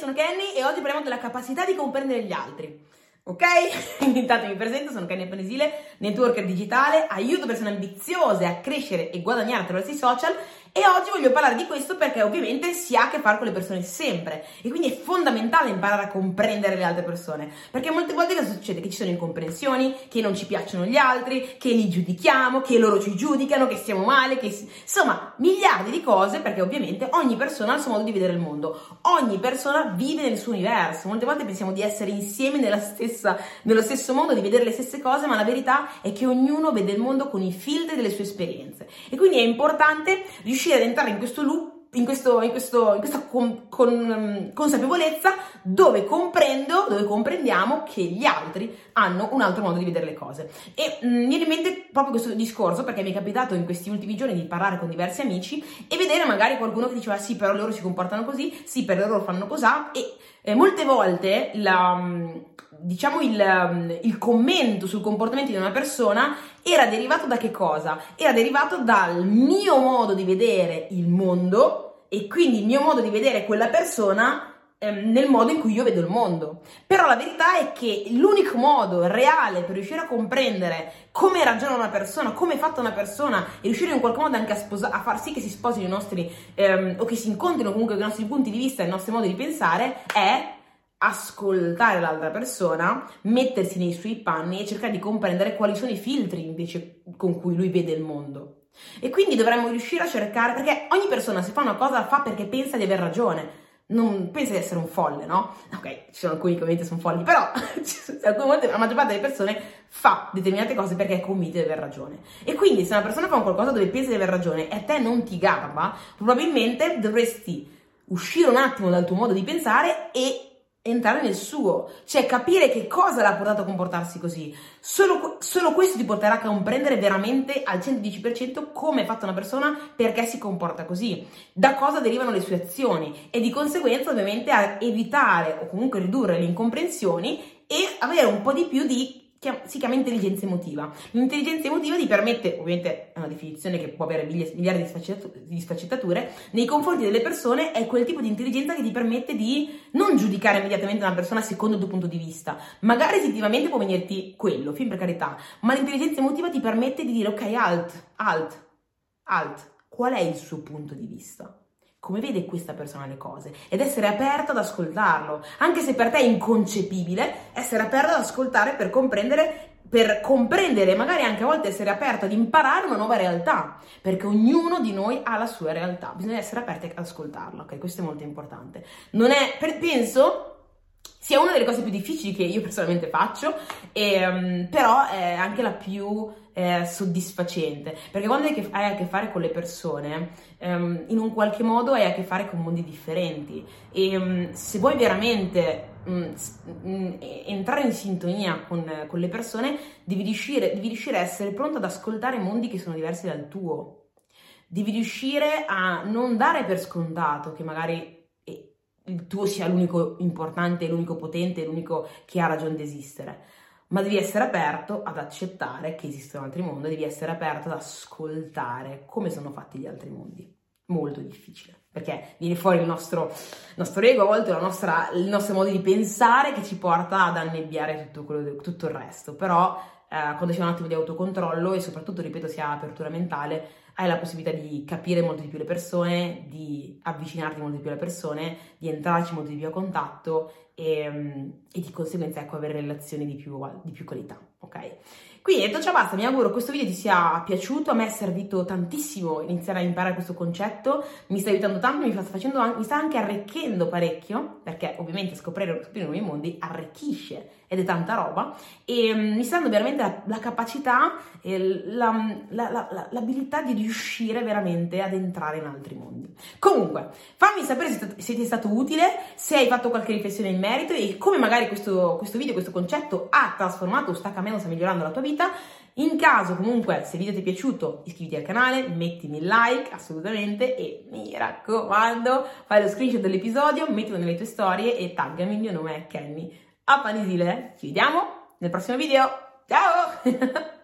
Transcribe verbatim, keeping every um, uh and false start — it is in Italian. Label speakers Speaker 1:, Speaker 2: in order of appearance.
Speaker 1: sono Kenny e oggi parliamo della capacità di comprendere gli altri. Ok? Intanto mi presento, sono Kenny Appanesile, networker digitale, aiuto persone ambiziose a crescere e guadagnare attraverso i social e oggi voglio parlare di questo perché ovviamente si ha a che fare con le persone sempre e quindi è fondamentale imparare a comprendere le altre persone, perché molte volte cosa succede? Che ci sono incomprensioni, che non ci piacciono gli altri, che li giudichiamo, che loro ci giudicano, che stiamo male, che insomma miliardi di cose, perché ovviamente ogni persona ha il suo modo di vedere il mondo, ogni persona vive nel suo universo, molte volte pensiamo di essere insieme nella stessa, nello stesso mondo, di vedere le stesse cose, ma la verità è che ognuno vede il mondo con i filtri delle sue esperienze e quindi è importante riuscire ad entrare in questo loop, in, questo, in, questo, in questa con, con, um, consapevolezza dove comprendo, dove comprendiamo che gli altri hanno un altro modo di vedere le cose. E um, mi viene in mente proprio questo discorso perché mi è capitato in questi ultimi giorni di parlare con diversi amici e vedere magari qualcuno che diceva sì, però loro si comportano così, sì, per loro fanno così e eh, molte volte la, diciamo il, il commento sul comportamento di una persona era derivato da che cosa? Era derivato dal mio modo di vedere il mondo e quindi il mio modo di vedere quella persona ehm, nel modo in cui io vedo il mondo. Però la verità è che l'unico modo reale per riuscire a comprendere come ragiona una persona, come è fatta una persona e riuscire in qualche modo anche a, sposa- a far sì che si sposino i nostri ehm, o che si incontrino comunque i nostri punti di vista e i nostri modi di pensare è ascoltare l'altra persona, mettersi nei suoi panni e cercare di comprendere quali sono i filtri invece con cui lui vede il mondo. E quindi dovremmo riuscire a cercare, perché ogni persona se fa una cosa la fa perché pensa di aver ragione, non pensa di essere un folle, no? Ok, ci sono alcuni che ovviamente sono folli, però la maggior parte delle persone fa determinate cose perché è convinta di aver ragione. E quindi se una persona fa un qualcosa dove pensa di aver ragione e a te non ti garba, probabilmente dovresti uscire un attimo dal tuo modo di pensare e entrare nel suo, cioè capire che cosa l'ha portato a comportarsi così. Solo, solo questo ti porterà a comprendere veramente al cento dieci per cento come è fatta una persona, perché si comporta così, da cosa derivano le sue azioni e di conseguenza ovviamente a evitare o comunque ridurre le incomprensioni e avere un po' di più di, si chiama intelligenza emotiva. L'intelligenza emotiva ti permette, ovviamente è una definizione che può avere miliardi di sfaccettature, nei confronti delle persone è quel tipo di intelligenza che ti permette di non giudicare immediatamente una persona secondo il tuo punto di vista. Magari istintivamente può venirti quello, fin per carità, ma l'intelligenza emotiva ti permette di dire ok, alt, alt, alt, qual è il suo punto di vista? Come vede questa persona le cose ed essere aperto ad ascoltarlo, anche se per te è inconcepibile, essere aperto ad ascoltare per comprendere, per comprendere, magari anche a volte essere aperto ad imparare una nuova realtà, perché ognuno di noi ha la sua realtà, bisogna essere aperti ad ascoltarla, ok? Questo è molto importante. Non è, per, penso sia una delle cose più difficili che io personalmente faccio, e, um, però è anche la più eh, soddisfacente, perché quando hai, che, hai a che fare con le persone, um, in un qualche modo hai a che fare con mondi differenti e um, se vuoi veramente um, um, entrare in sintonia con, con le persone, devi riuscire, devi riuscire a essere pronto ad ascoltare mondi che sono diversi dal tuo, devi riuscire a non dare per scontato che magari il tuo sia l'unico importante, l'unico potente, l'unico che ha ragione di esistere, ma devi essere aperto ad accettare che esistono altri mondi, devi essere aperto ad ascoltare come sono fatti gli altri mondi. Molto difficile, perché viene fuori il nostro, nostro ego, a volte la nostra, il nostro modo di pensare che ci porta ad annebbiare tutto, quello, tutto il resto, però eh, quando si ha un attimo di autocontrollo e soprattutto, ripeto, si ha apertura mentale, hai la possibilità di capire molto di più le persone, di avvicinarti molto di più alle persone, di entrarci molto di più a contatto e, e di conseguenza ecco avere relazioni di più, di più qualità, ok? Quindi detto ciò basta, mi auguro che questo video ti sia piaciuto, a me è servito tantissimo iniziare a imparare questo concetto, mi sta aiutando tanto, mi sta, facendo, mi sta anche arricchendo parecchio, perché ovviamente scoprire, scoprire nuovi mondi arricchisce ed è tanta roba, e um, mi sta dando veramente la, la capacità e la, la, la, l'abilità di riuscire veramente ad entrare in altri mondi. Comunque, fammi sapere se, se ti è stato utile, se hai fatto qualche riflessione in merito e come magari questo, questo video, questo concetto ha trasformato o sta cambiando, sta migliorando la tua vita. In caso comunque se il video ti è piaciuto iscriviti al canale, mettimi il like assolutamente e mi raccomando fai lo screenshot dell'episodio, mettilo nelle tue storie e taggami, il mio nome è Kenny Appanesile. Ci vediamo nel prossimo video, ciao!